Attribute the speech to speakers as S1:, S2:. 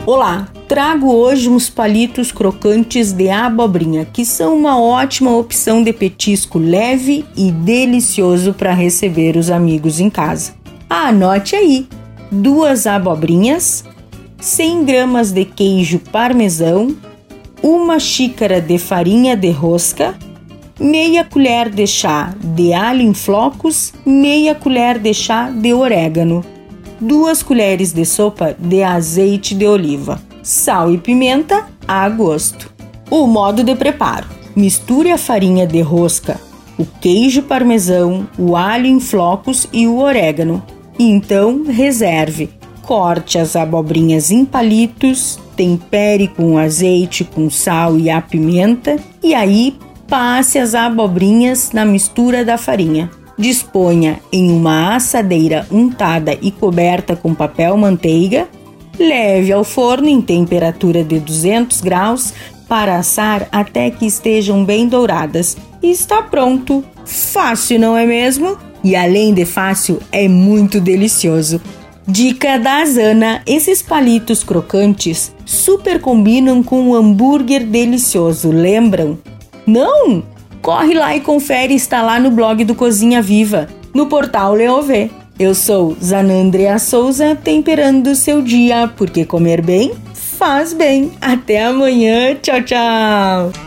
S1: Olá, trago hoje uns palitos crocantes de abobrinha, que são uma ótima opção de petisco leve e delicioso para receber os amigos em casa. Anote aí: 2 abobrinhas, 100 gramas de queijo parmesão, 1 xícara de farinha de rosca, meia colher de chá de alho em flocos, meia colher de chá de orégano, 2 colheres de sopa de azeite de oliva, sal e pimenta a gosto. O modo de preparo: misture a farinha de rosca, o queijo parmesão, o alho em flocos e o orégano. Então reserve. Corte as abobrinhas em palitos, tempere com azeite, com sal e a pimenta e aí passe as abobrinhas na mistura da farinha. Disponha em uma assadeira untada e coberta com papel manteiga. Leve ao forno em temperatura de 200 graus para assar até que estejam bem douradas. E está pronto! Fácil, não é mesmo? E além de fácil, é muito delicioso. Dica da Zana: esses palitos crocantes super combinam com um hambúrguer delicioso, lembram? Não? Corre lá e confere, está lá no blog do Cozinha Viva, no portal Leovê. Eu sou Zanandrea Souza, temperando o seu dia, porque comer bem faz bem. Até amanhã, tchau, tchau!